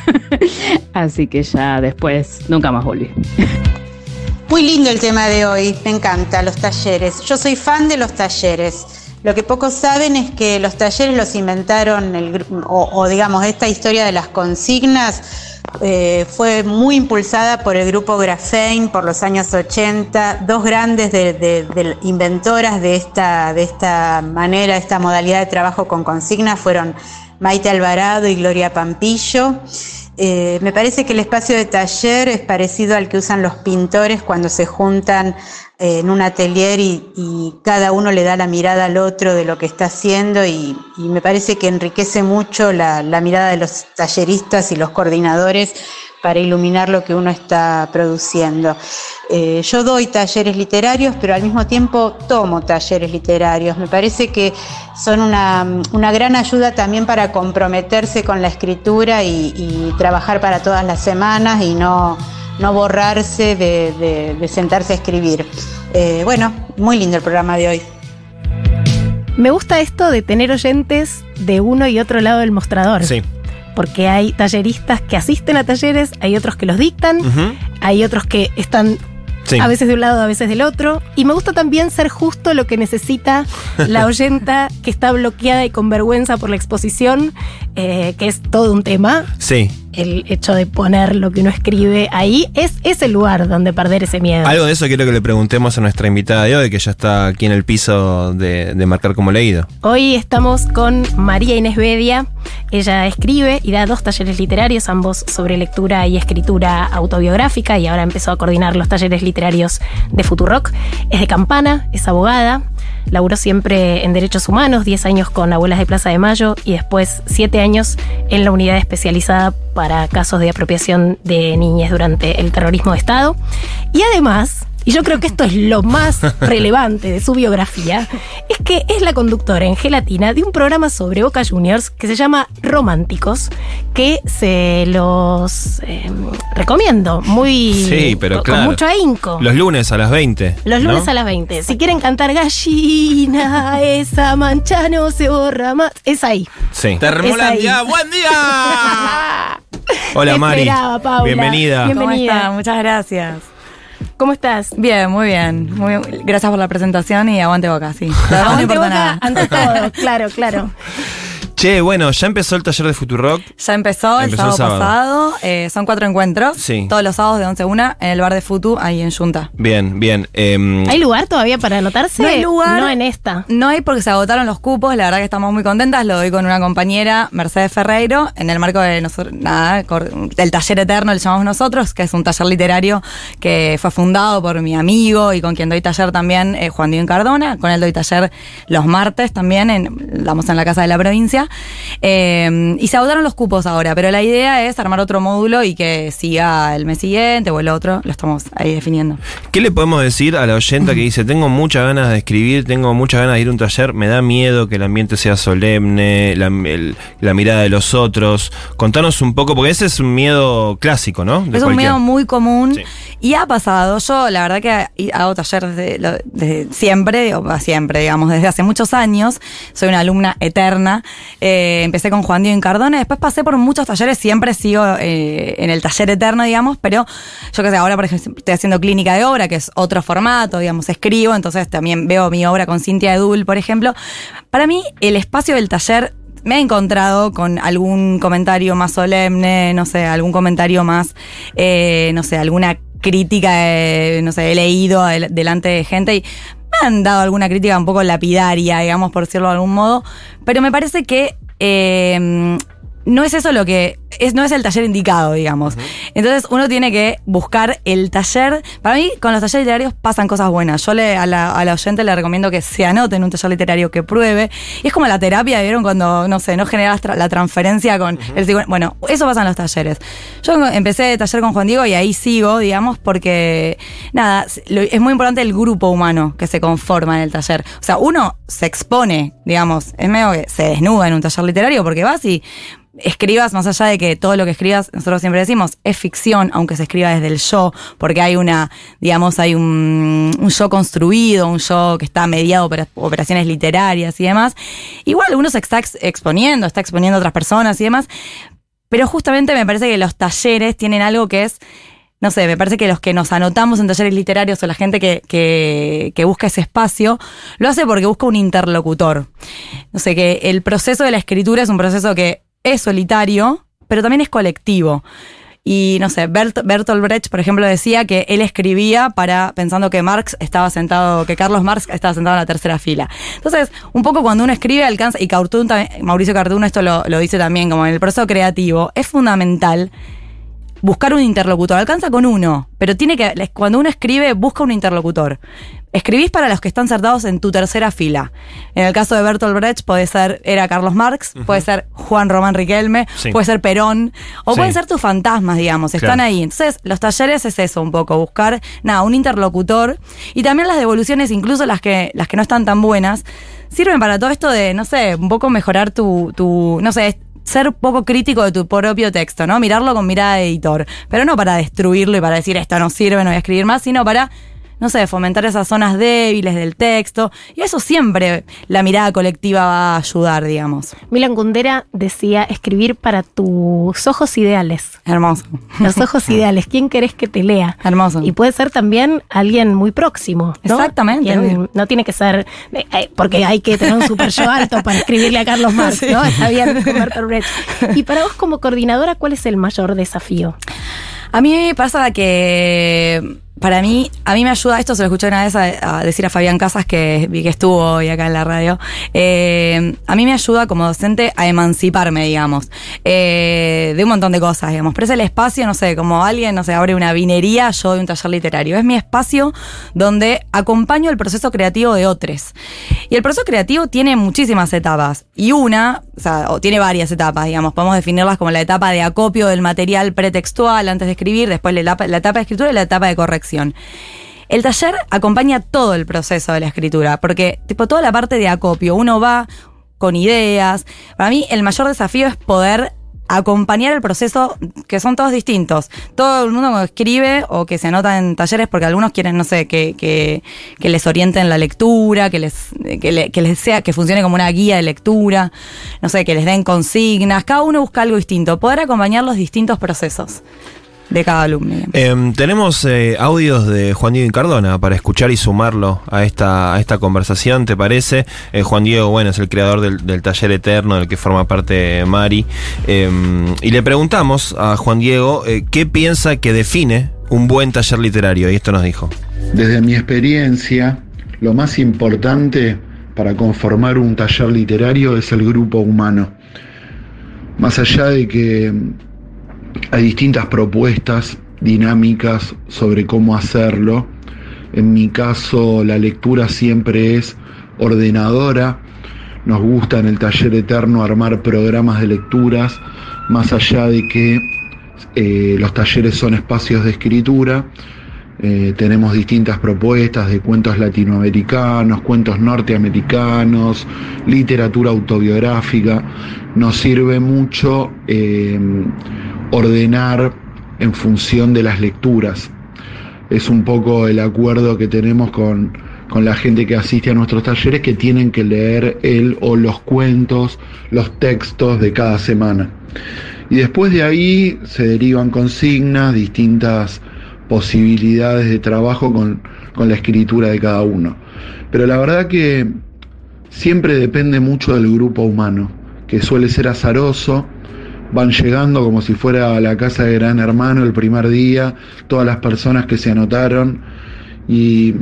Así que ya después nunca más volví. Muy lindo el tema de hoy, me encanta, los talleres. Yo soy fan de los talleres. Lo que pocos saben es que los talleres los inventaron, el, o, o digamos, esta historia de las consignas eh, fue muy impulsada por el grupo Graphein por los años ochenta. Dos grandes de, de, de inventoras de esta, de esta manera, esta modalidad de trabajo con consignas fueron Maite Alvarado y Gloria Pampillo. Eh, me parece que el espacio de taller es parecido al que usan los pintores cuando se juntan eh, en un atelier y, y cada uno le da la mirada al otro de lo que está haciendo y, y me parece que enriquece mucho la, la mirada de los talleristas y los coordinadores para iluminar lo que uno está produciendo. Eh, yo doy talleres literarios, pero al mismo tiempo tomo talleres literarios. Me parece que son una, una gran ayuda también para comprometerse con la escritura y, y trabajar para todas las semanas y no, no borrarse de, de, de sentarse a escribir. Eh, bueno, muy lindo el programa de hoy. Me gusta esto de tener oyentes de uno y otro lado del mostrador. Sí. Porque hay talleristas que asisten a talleres, hay otros que los dictan, uh-huh. hay otros que están Sí. A veces de un lado, a veces del otro. Y me gusta también ser justo lo que necesita la oyenta que está bloqueada y con vergüenza por la exposición, eh, que es todo un tema. Sí. El hecho de poner lo que uno escribe ahí es, es el lugar donde perder ese miedo. Algo de eso quiero que le preguntemos a nuestra invitada de hoy, que ya está aquí en el piso de, de Marcar como Leído. Hoy estamos con María Inés Bedia. Ella escribe y da dos talleres literarios, ambos sobre lectura y escritura autobiográfica, y ahora empezó a coordinar los talleres literarios de Futurock. Es de Campana, es abogada, laburó siempre en Derechos Humanos, diez años con Abuelas de Plaza de Mayo y después siete años en la unidad especializada para casos de apropiación de niñas durante el terrorismo de Estado. Y además, y yo creo que esto es lo más relevante de su biografía, es que es la conductora en Gelatina de un programa sobre Boca Juniors que se llama Románticos, que se los eh, recomiendo muy Sí, pero con, claro. con mucho ahínco. Los lunes a las veinte. Los lunes ¿no? a las veinte. Si quieren cantar Gallina, esa mancha no se borra más. Es ahí. Sí. Termolandia, ¡buen día! Hola, Mari. Esperaba, Paula. Bienvenida. Bienvenida. ¿Cómo están? Muchas gracias. ¿Cómo estás? Bien, muy bien. Muy, gracias por la presentación y aguante Boca, sí. La verdad no Aguante importa Boca nada. ante todo, claro, claro. Che, bueno, ya empezó el taller de Futurock. Ya empezó, el Empezó el sábado, sábado. pasado. Eh, son cuatro encuentros. Sí. Todos los sábados de once a una en el bar de Futu, ahí en Junta. Bien, bien. Eh, ¿Hay lugar todavía para anotarse? No hay lugar. No en esta. No hay porque se agotaron los cupos, la verdad que estamos muy contentas. Lo doy con una compañera, Mercedes Ferreiro, en el marco de nosotros, nada, cor- del Taller Eterno, le llamamos nosotros, que es un taller literario que fue fundado por mi amigo y con quien doy taller también, eh, Juan Diego Cardona. Con él doy taller los martes también, en, damos en la Casa de la Provincia. Eh, y se agotaron los cupos ahora, pero la idea es armar otro módulo y que siga el mes siguiente o el otro, lo estamos ahí definiendo. ¿Qué le podemos decir a la oyenta que dice, tengo muchas ganas de escribir, tengo muchas ganas de ir a un taller, me da miedo que el ambiente sea solemne, la, el- la mirada de los otros? Contanos un poco, porque ese es un miedo clásico, ¿no? De Es un cualquier- miedo muy común. Sí. Y ha pasado. Yo, la verdad que hago talleres desde, lo- desde siempre, o siempre, digamos, desde hace muchos años. Soy una alumna eterna. Eh, empecé con Juan Diego Cardona, después pasé por muchos talleres, siempre sigo eh, en el taller eterno, digamos, pero yo qué sé, ahora por ejemplo estoy haciendo clínica de obra, que es otro formato, digamos, escribo, entonces también veo mi obra con Cintia Edul, por ejemplo. Para mí, el espacio del taller me he encontrado con algún comentario más solemne, no sé, algún comentario más, eh, no sé, alguna crítica, eh, no sé, he leído del- delante de gente y me han dado alguna crítica un poco lapidaria, digamos, por decirlo de algún modo, pero me parece que eh, no es eso lo que es, no es el taller indicado, digamos. Uh-huh. Entonces uno tiene que buscar el taller. Para mí, con los talleres literarios pasan cosas buenas. Yo le, a, la, a la oyente le recomiendo que se anote en un taller literario, que pruebe. Y es como la terapia, ¿vieron? Cuando, no sé, no generas tra- la transferencia con uh-huh. el psicólogo. Bueno, eso pasa en los talleres. Yo empecé de taller con Juan Diego y ahí sigo, digamos, porque, nada, lo, es muy importante el grupo humano que se conforma en el taller. O sea, uno se expone, digamos, es medio que se desnuda en un taller literario porque vas y escribas, más allá de que todo lo que escribas, nosotros siempre decimos, es ficción, aunque se escriba desde el yo, porque hay una, digamos, hay un, un yo construido, un yo que está mediado por operaciones literarias y demás. Igual uno se está ex- exponiendo, está exponiendo a otras personas y demás, pero justamente me parece que los talleres tienen algo que es, no sé, me parece que los que nos anotamos en talleres literarios o la gente que, que, que busca ese espacio, lo hace porque busca un interlocutor. No sé, que el proceso de la escritura es un proceso que es solitario, pero también es colectivo. Y no sé, Bert, Bertolt Brecht, por ejemplo, decía que él escribía para pensando que Marx estaba sentado, que Carlos Marx estaba sentado en la tercera fila. Entonces, un poco cuando uno escribe alcanza, y Cartoon, Mauricio Cartoon esto lo, lo dice también, como en el proceso creativo, es fundamental buscar un interlocutor. Alcanza con uno, pero tiene que, cuando uno escribe, busca un interlocutor. Escribís para los que están sentados en tu tercera fila. En el caso de Bertolt Brecht puede ser, era Carlos Marx, uh-huh. puede ser Juan Román Riquelme, sí. puede ser Perón, o sí. pueden ser tus fantasmas, digamos, están claro. ahí. Entonces, los talleres es eso un poco, buscar, nada, un interlocutor. Y también las devoluciones, incluso las que, las que no están tan buenas, sirven para todo esto de, no sé, un poco mejorar tu, tu no sé, ser un poco crítico de tu propio texto, ¿no? Mirarlo con mirada de editor, pero no para destruirlo y para decir esto no sirve, no voy a escribir más, sino para, no sé, fomentar esas zonas débiles del texto. Y eso siempre la mirada colectiva va a ayudar, digamos. Milan Kundera decía escribir para tus ojos ideales. Hermoso. Los ojos ideales. ¿Quién querés que te lea? Hermoso. Y puede ser también alguien muy próximo, ¿no? Exactamente. Quien, no tiene que ser, eh, porque hay que tener un super yo alto para escribirle a Carlos Marx, sí. ¿no? Está bien con Bertolt Brecht. Y para vos como coordinadora, ¿cuál es el mayor desafío? A mí me pasa que... Para mí, a mí me ayuda, esto se lo escuché una vez a, a decir a Fabián Casas, que vi que estuvo hoy acá en la radio, eh, a mí me ayuda como docente a emanciparme, digamos, eh, de un montón de cosas, digamos, pero es el espacio, no sé, como alguien, no sé, abre una vinería, yo doy un taller literario, es mi espacio donde acompaño el proceso creativo de otros. Y el proceso creativo tiene muchísimas etapas, y una, o sea, o tiene varias etapas, digamos, podemos definirlas como la etapa de acopio del material pretextual antes de escribir, después la etapa, la etapa de escritura y la etapa de corrección. El taller acompaña todo el proceso de la escritura, porque tipo toda la parte de acopio, uno va con ideas. Para mí el mayor desafío es poder acompañar el proceso, que son todos distintos. Todo el mundo que escribe o que se anota en talleres, porque algunos quieren, no sé, que, que, que les orienten la lectura, que les, que, le, que les sea, que funcione como una guía de lectura, no sé, que les den consignas. Cada uno busca algo distinto, poder acompañar los distintos procesos de cada alumno. Eh, tenemos eh, audios de Juan Diego Incardona para escuchar y sumarlo a esta, a esta conversación, ¿te parece? Eh, Juan Diego, bueno, es el creador del, del Taller Eterno, del que forma parte Mari. Eh, y le preguntamos a Juan Diego eh, qué piensa que define un buen taller literario, y esto nos dijo. Desde mi experiencia, lo más importante para conformar un taller literario es el grupo humano. Más allá de que hay distintas propuestas dinámicas sobre cómo hacerlo. En mi caso, la lectura siempre es ordenadora. Nos gusta en el Taller Eterno armar programas de lecturas, más allá de que eh, los talleres son espacios de escritura. Eh, tenemos distintas propuestas de cuentos latinoamericanos, cuentos norteamericanos, literatura autobiográfica. Nos sirve mucho eh, ordenar en función de las lecturas. Es un poco el acuerdo que tenemos con, con la gente que asiste a nuestros talleres, que tienen que leer el o los cuentos, los textos de cada semana. Y después de ahí se derivan consignas, distintas posibilidades de trabajo con, con la escritura de cada uno. Pero la verdad que siempre depende mucho del grupo humano, que suele ser azaroso. Van llegando como si fuera a la casa de Gran Hermano el primer día, todas las personas que se anotaron. Y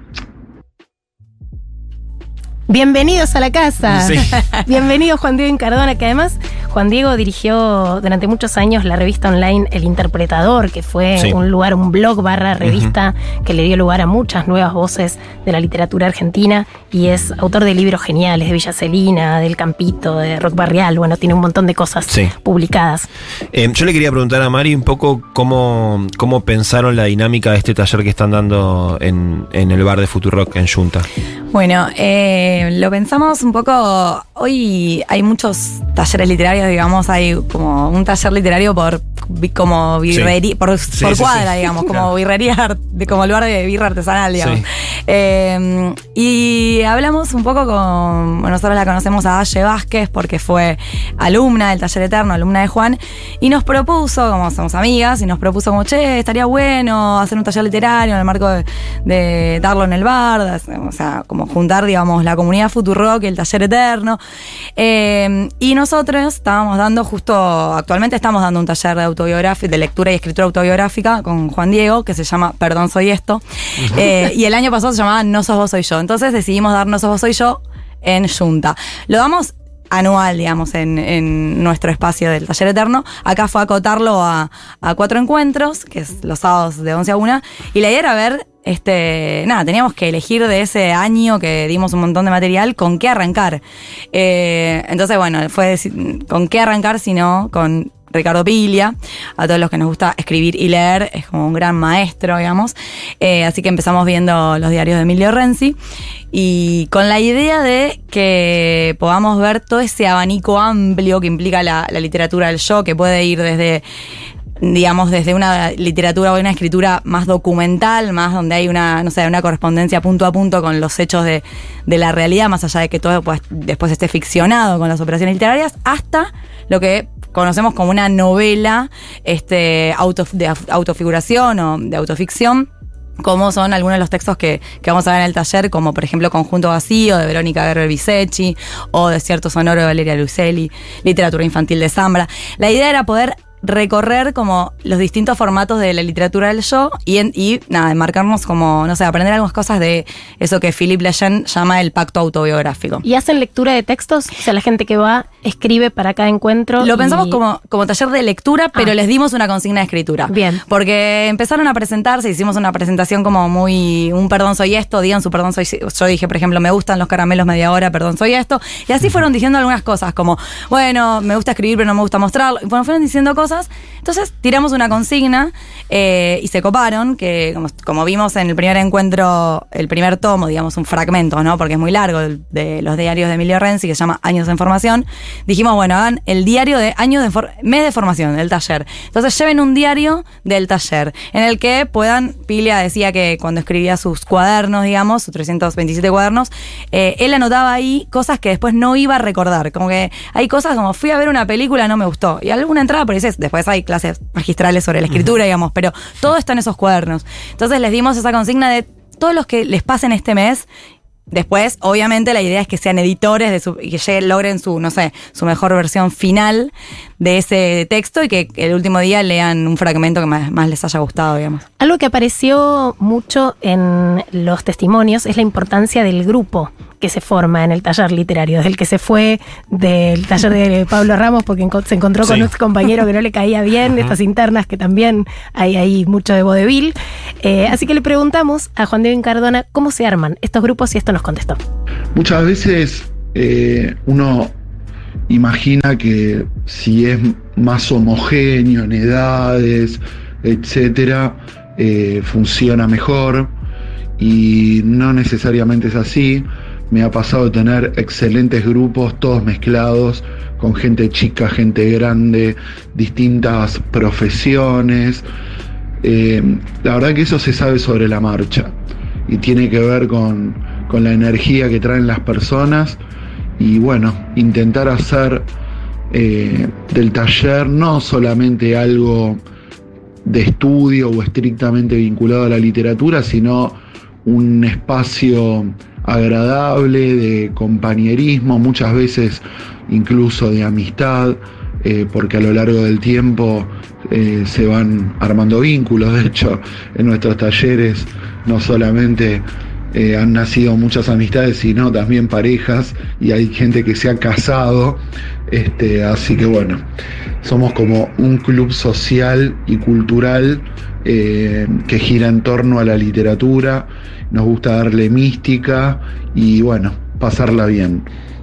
bienvenidos a la casa. Sí. Bienvenido Juan Diego Incardona, que además Juan Diego dirigió durante muchos años la revista online El Interpretador, que fue sí. un lugar, un blog barra revista uh-huh. que le dio lugar a muchas nuevas voces de la literatura argentina, y es autor de libros geniales, de Villa Celina, del Campito, de Rock Barrial. Bueno, tiene un montón de cosas sí. publicadas. Eh, yo le quería preguntar a Mari un poco cómo, cómo pensaron la dinámica de este taller que están dando en, en el bar de Futurock en Junta. Bueno, eh, lo pensamos un poco. Hoy hay muchos talleres literarios, digamos, hay como un taller literario por como birrería, sí. por, sí, por sí, cuadra, sí. digamos, como claro. birrería, como lugar de birra artesanal, digamos. Sí. Eh, y hablamos un poco con, bueno, nosotros la conocemos a Aye Vázquez porque fue alumna del Taller Eterno, alumna de Juan, y nos propuso, como somos amigas, y nos propuso como, che, estaría bueno hacer un taller literario en el marco de, de darlo en el bar, de, o sea, como juntar, digamos, la comunidad Futurock y el Taller Eterno. Eh, y nosotros estábamos dando justo, actualmente estamos dando un taller de autobiográfica, de lectura y escritura autobiográfica con Juan Diego, que se llama Perdón, soy esto. Uh-huh. Eh, y el año pasado se llamaba No sos vos, soy yo. Entonces decidimos dar No sos vos, soy yo en Junta. Lo damos anual, digamos, en, en nuestro espacio del Taller Eterno. Acá fue acotarlo a, a cuatro encuentros, que es los sábados de once a una. Y la idea era ver, este, nada, teníamos que elegir de ese año que dimos un montón de material, con qué arrancar. Eh, entonces, bueno, fue decir, con qué arrancar, sino con Ricardo Piglia. A todos los que nos gusta escribir y leer, es como un gran maestro, digamos. Eh, así que empezamos viendo los diarios de Emilio Renzi, y con la idea de que podamos ver todo ese abanico amplio que implica la, la literatura del yo, que puede ir desde digamos, desde una literatura o una escritura más documental, más donde hay una, no sé, una correspondencia punto a punto con los hechos de, de la realidad, más allá de que todo pues, después esté ficcionado con las operaciones literarias, hasta lo que conocemos como una novela este, auto, de autofiguración o de autoficción, como son algunos de los textos que, que vamos a ver en el taller, como por ejemplo Conjunto Vacío de Verónica Gerber Bisecchi o Desierto Sonoro de Valeria Luiselli, Literatura Infantil de Zambra. La idea era poder recorrer como los distintos formatos de la literatura del yo y, en, y nada, enmarcarnos como, no sé, aprender algunas cosas de eso que Philippe Lejeune llama el pacto autobiográfico. ¿Y hacen lectura de textos? O sea, la gente que va escribe para cada encuentro. Lo y... pensamos como, como taller de lectura, pero ah. les dimos una consigna de escritura. Bien. Porque empezaron a presentarse, hicimos una presentación como muy, un perdón soy esto, digan su perdón soy, yo dije, por ejemplo, me gustan los caramelos media hora, perdón soy esto, y así fueron diciendo algunas cosas, como, bueno, me gusta escribir pero no me gusta mostrarlo, y bueno, fueron diciendo cosas. Entonces tiramos una consigna eh, y se coparon, que como, como vimos en el primer encuentro, el primer tomo, digamos un fragmento, ¿no? Porque es muy largo, de, de los diarios de Emilio Renzi, que se llama Años en Formación. Dijimos, bueno, hagan el diario de años de for- mes de formación del taller. Entonces lleven un diario del taller, en el que puedan, Pilia decía que cuando escribía sus cuadernos, digamos, sus trescientos veintisiete cuadernos, eh, él anotaba ahí cosas que después no iba a recordar. Como que hay cosas como, fui a ver una película, no me gustó. Y alguna entrada, pero dices, después hay clases magistrales sobre la escritura, uh-huh. digamos, pero todo está en esos cuadernos. Entonces les dimos esa consigna de todos los que les pasen este mes. Después, obviamente, la idea es que sean editores de su, y que lleguen, logren su, no sé, su mejor versión final de ese texto y que el último día lean un fragmento que más, más les haya gustado, digamos. Algo que apareció mucho en los testimonios es la importancia del grupo que se forma en el taller literario, desde el que se fue del taller de Pablo Ramos porque se encontró con sí. un compañero que no le caía bien, uh-huh. estas internas que también hay ahí mucho de vodevil. Eh, así que le preguntamos a Juan Diego Incardona cómo se arman estos grupos y esto nos contestó. Muchas veces eh, uno imagina que si es más homogéneo en edades, etcétera, eh, funciona mejor y no necesariamente es así. Me ha pasado de tener excelentes grupos, todos mezclados, con gente chica, gente grande, distintas profesiones. Eh, la verdad que eso se sabe sobre la marcha y tiene que ver con, con la energía que traen las personas y bueno, intentar hacer eh, del taller no solamente algo de estudio o estrictamente vinculado a la literatura, sino un espacio agradable, de compañerismo, muchas veces incluso de amistad, eh, porque a lo largo del tiempo eh, se van armando vínculos. De hecho, en nuestros talleres no solamente eh, han nacido muchas amistades, sino también parejas, y hay gente que se ha casado, este, así que bueno, somos como un club social y cultural eh, que gira en torno a la literatura. Nos gusta darle mística y bueno, pasarla bien.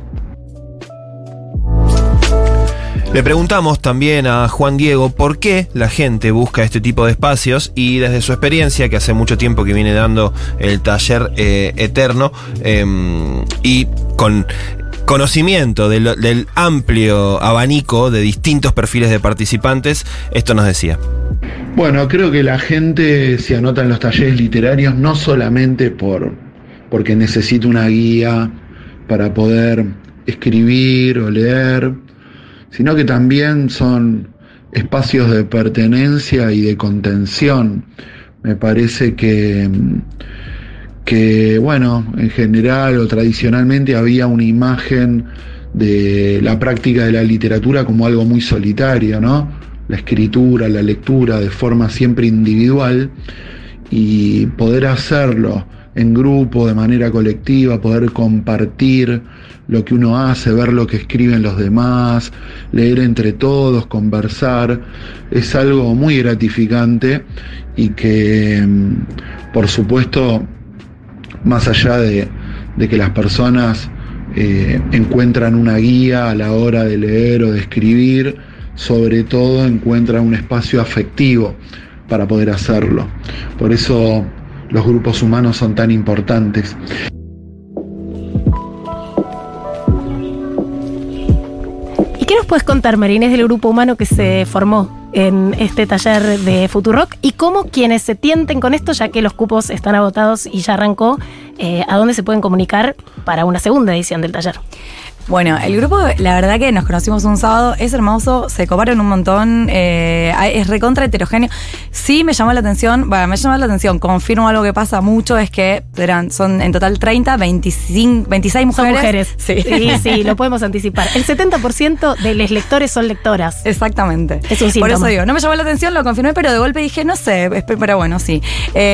Le preguntamos también a Juan Diego por qué la gente busca este tipo de espacios y desde su experiencia, que hace mucho tiempo que viene dando el taller eh, eterno eh, y con conocimiento del, del amplio abanico de distintos perfiles de participantes, esto nos decía. Bueno, creo que la gente se anota en los talleres literarios no solamente por porque necesita una guía para poder escribir o leer, sino que también son espacios de pertenencia y de contención. Me parece que, que bueno, en general o tradicionalmente había una imagen de la práctica de la literatura como algo muy solitario, ¿no? La escritura, la lectura de forma siempre individual, y poder hacerlo en grupo, de manera colectiva, poder compartir lo que uno hace, ver lo que escriben los demás, leer entre todos, conversar, es algo muy gratificante y que, por supuesto, más allá de, de que las personas eh, encuentran una guía a la hora de leer o de escribir, sobre todo encuentran un espacio afectivo para poder hacerlo. Por eso los grupos humanos son tan importantes. ¿Y ¿Qué nos puedes contar, Marinés, del grupo humano que se formó en este taller de Futurock y cómo quienes se tienten con esto, ya que los cupos están agotados y ya arrancó, eh, a dónde se pueden comunicar para una segunda edición del taller? Bueno, el grupo, la verdad que nos conocimos un sábado, es hermoso, se coparon un montón, eh, es recontra heterogéneo. Sí me llamó la atención, bueno, me llamó la atención, confirmo algo que pasa mucho, es que eran, son en total treinta, veinticinco, veintiséis mujeres. Son mujeres. Sí, sí, sí, lo podemos anticipar. El setenta por ciento de los lectores son lectoras. Exactamente. Es un síntoma. Por eso digo, no me llamó la atención, lo confirmé, pero de golpe dije, no sé, pero bueno, sí.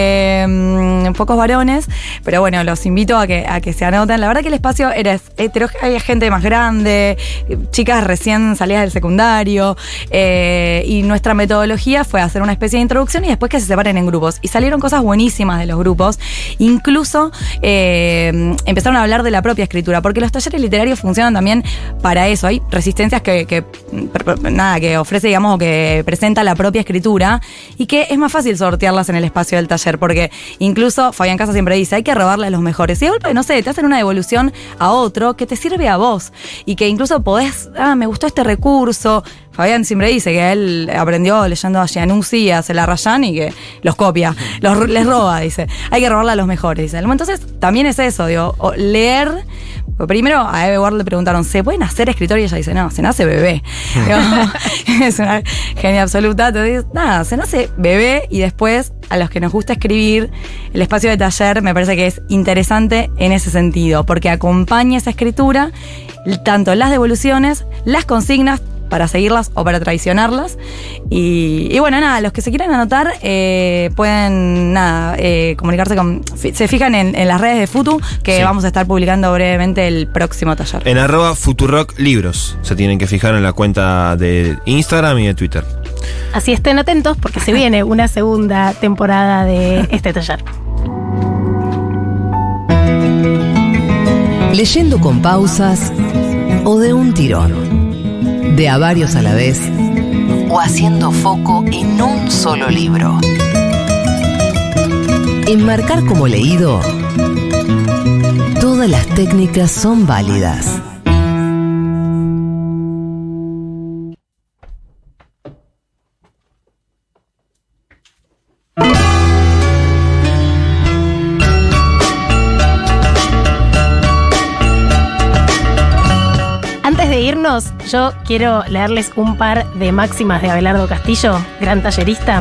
Eh, pocos varones, pero bueno, los invito a que, a que se anoten. La verdad que el espacio era heterogéneo, hay gente más grande, chicas recién salidas del secundario, eh, y nuestra metodología fue hacer una especie de introducción y después que se separen en grupos. Y salieron cosas buenísimas de los grupos. Incluso eh, empezaron a hablar de la propia escritura, porque los talleres literarios funcionan también para eso. Hay resistencias que, que nada, que ofrece, digamos, o que presenta la propia escritura y que es más fácil sortearlas en el espacio del taller, porque incluso Fabián Casas siempre dice, hay que robarle a los mejores. Y de golpe, no sé, te hacen una devolución a otro que te sirve a vos. Y que incluso podés, ah, me gustó este recurso. Fabián siempre dice que él aprendió leyendo a Giannuzzi y a Celarrayán y que los copia, los, les roba, dice. Hay que robarle a los mejores, dice. Entonces, también es eso, digo, leer. Primero a Eve Ward le preguntaron, ¿se pueden hacer escritor? Y ella dice, no, se nace bebé. Digo, es una genia absoluta. Entonces, nada, se nace bebé y después, a los que nos gusta escribir, el espacio de taller me parece que es interesante en ese sentido, porque acompaña esa escritura, tanto las devoluciones, las consignas, para seguirlas o para traicionarlas. Y, y bueno, nada, los que se quieran anotar eh, pueden nada eh, comunicarse con... Se fijan en, en las redes de Futu, que sí, vamos a estar publicando brevemente el próximo taller. En arroba Futurock Libros. Se tienen que fijar en la cuenta de Instagram y de Twitter. Así estén atentos porque se viene una segunda temporada de este taller. Leyendo con pausas o de un tirón. De a varios a la vez o haciendo foco en un solo libro. Enmarcar como leído, todas las técnicas son válidas. Yo quiero leerles un par de máximas de Abelardo Castillo, gran tallerista,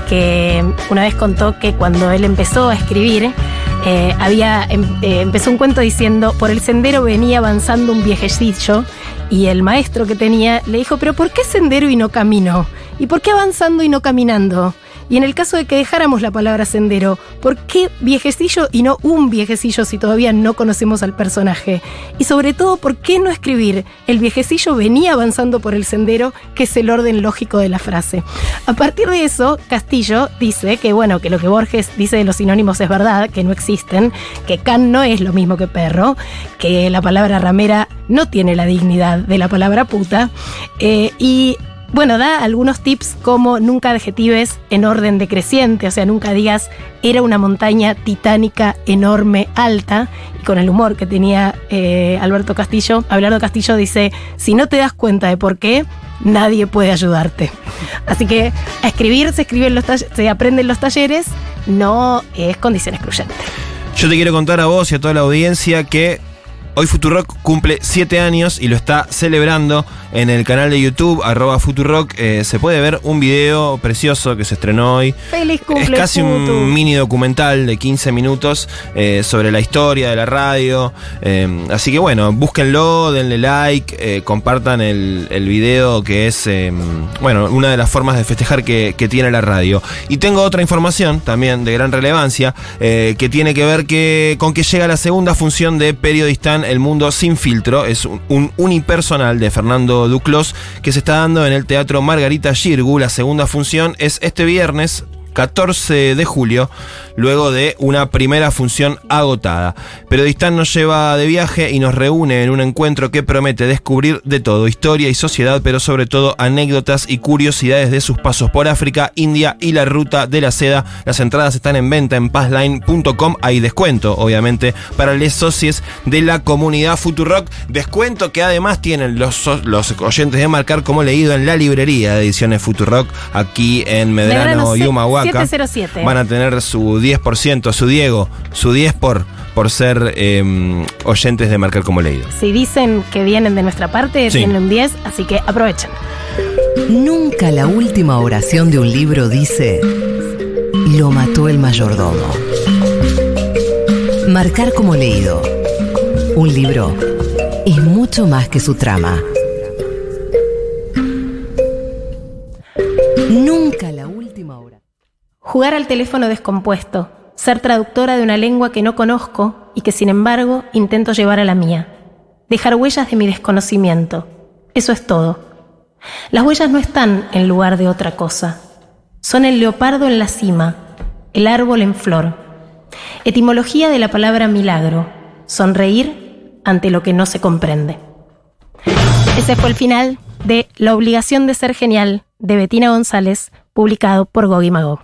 que una vez contó que cuando él empezó a escribir, eh, había, em, eh, empezó un cuento diciendo, por el sendero venía avanzando un viejecillo, y el maestro que tenía le dijo, pero ¿por qué sendero y no camino? ¿Y por qué avanzando y no caminando? Y en el caso de que dejáramos la palabra sendero, ¿por qué viejecillo y no un viejecillo si todavía no conocemos al personaje? Y sobre todo, ¿por qué no escribir el viejecillo venía avanzando por el sendero, que es el orden lógico de la frase? A partir de eso, Castillo dice que, bueno, que lo que Borges dice de los sinónimos es verdad, que no existen, que can no es lo mismo que perro, que la palabra ramera no tiene la dignidad de la palabra puta, eh, y... Bueno, da algunos tips como nunca adjetives en orden decreciente, o sea, nunca digas era una montaña titánica, enorme, alta, y con el humor que tenía eh, Alberto Castillo, Abelardo Castillo dice, si no te das cuenta de por qué, nadie puede ayudarte. Así que a escribir se, escribe en los se aprende en los talleres, no es condición excluyente. Yo te quiero contar a vos y a toda la audiencia que hoy Futurock cumple siete años y lo está celebrando en el canal de YouTube, arroba Futurock. Eh, se puede ver un video precioso que se estrenó hoy. ¡Feliz cumple, Es casi Futu! Un mini documental de quince minutos eh, sobre la historia de la radio. Eh, así que bueno, búsquenlo, denle like, eh, compartan el, el video, que es eh, bueno, una de las formas de festejar que, que tiene la radio. Y tengo otra información también de gran relevancia, eh, que tiene que ver que, con que llega la segunda función de Periodistán, El Mundo Sin Filtro. Es un, un unipersonal de Fernando Duclos que se está dando en el Teatro Margarita Xirgu. La segunda función es este viernes, catorce de julio, luego de una primera función agotada. Periodistán nos lleva de viaje y nos reúne en un encuentro que promete descubrir de todo, historia y sociedad, pero sobre todo anécdotas y curiosidades de sus pasos por África, India y la ruta de la seda. Las entradas están en venta en passline punto com. Hay descuento, obviamente, para los socios de la comunidad Futurock. Descuento que además tienen los, los oyentes de Marcar como Leído en la librería de ediciones Futurock aquí en Medrano y Humahuaca. siete cero siete. Van a tener su diez por ciento, su Diego, su diez por, por ser eh, oyentes de Marcar como Leído. Si dicen que vienen de nuestra parte, Sí. tienen un diez, así que aprovechen. Nunca la última oración de un libro dice: lo mató el mayordomo. Marcar como Leído. Un libro es mucho más que su trama. Nunca la última hora. Jugar al teléfono descompuesto, ser traductora de una lengua que no conozco y que sin embargo intento llevar a la mía. Dejar huellas de mi desconocimiento. Eso es todo. Las huellas no están en lugar de otra cosa. Son el leopardo en la cima, el árbol en flor. Etimología de la palabra milagro: sonreír ante lo que no se comprende. Ese fue el final de La obligación de ser genial, de Bettina González, publicado por Gog y Magog.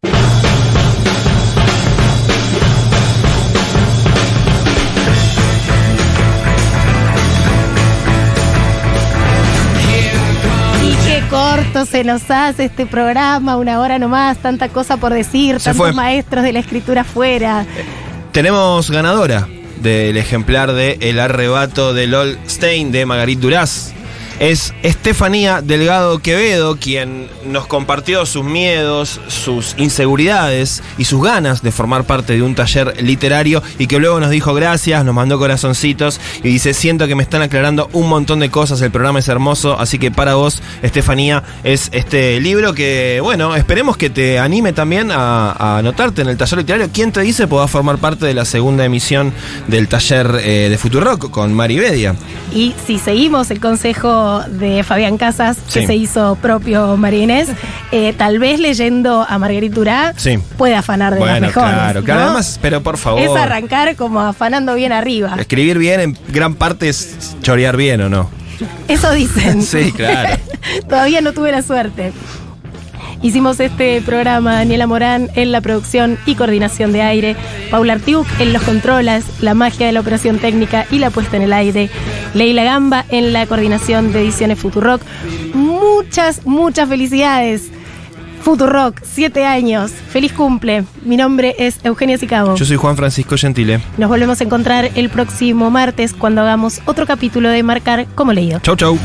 Y qué corto se nos hace este programa, una hora nomás, tanta cosa por decir, Se tantos fue. maestros de la escritura afuera. Tenemos ganadora del ejemplar de El arrebato de Lol Stein de Margarit Duras. Es Estefanía Delgado Quevedo, quien nos compartió sus miedos, sus inseguridades y sus ganas de formar parte de un taller literario, y que luego nos dijo gracias, nos mandó corazoncitos y dice: siento que me están aclarando un montón de cosas, el programa es hermoso, así que para vos, Estefanía, es este libro que, bueno, esperemos que te anime también a, a anotarte en el taller literario. ¿Quién te dice podás formar parte de la segunda emisión del taller eh, de Futurock con Mari Bedia? Y si seguimos el consejo de Fabián Casas, que Sí. se hizo propio María Inés, eh, tal vez leyendo a Marguerite Durá Sí. puede afanar de las Bueno, mejores. claro, claro. ¿no? Además, pero por favor. Es arrancar como afanando bien arriba. Escribir bien en gran parte es chorear bien, ¿o no? Eso dicen. Sí, claro. Todavía no tuve la suerte. Hicimos este programa Daniela Morán en la producción y coordinación de aire, Paula Artiuk en los controles, la magia de la operación técnica y la puesta en el aire, Leila Gamba en la coordinación de ediciones Futurock. Muchas, muchas felicidades. Futurock, siete años. Feliz cumple. Mi nombre es Eugenia Sicabo. Yo soy Juan Francisco Gentile. Nos volvemos a encontrar el próximo martes cuando hagamos otro capítulo de Marcar como Leído. Chau, chau.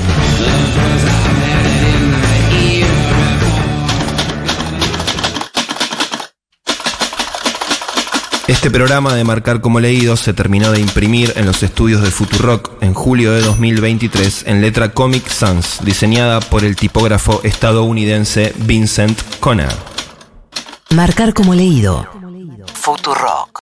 Este programa de Marcar como Leído se terminó de imprimir en los estudios de Futurock en julio de dos mil veintitrés en letra Comic Sans, diseñada por el tipógrafo estadounidense Vincent Conner. Marcar como Leído. Futurock.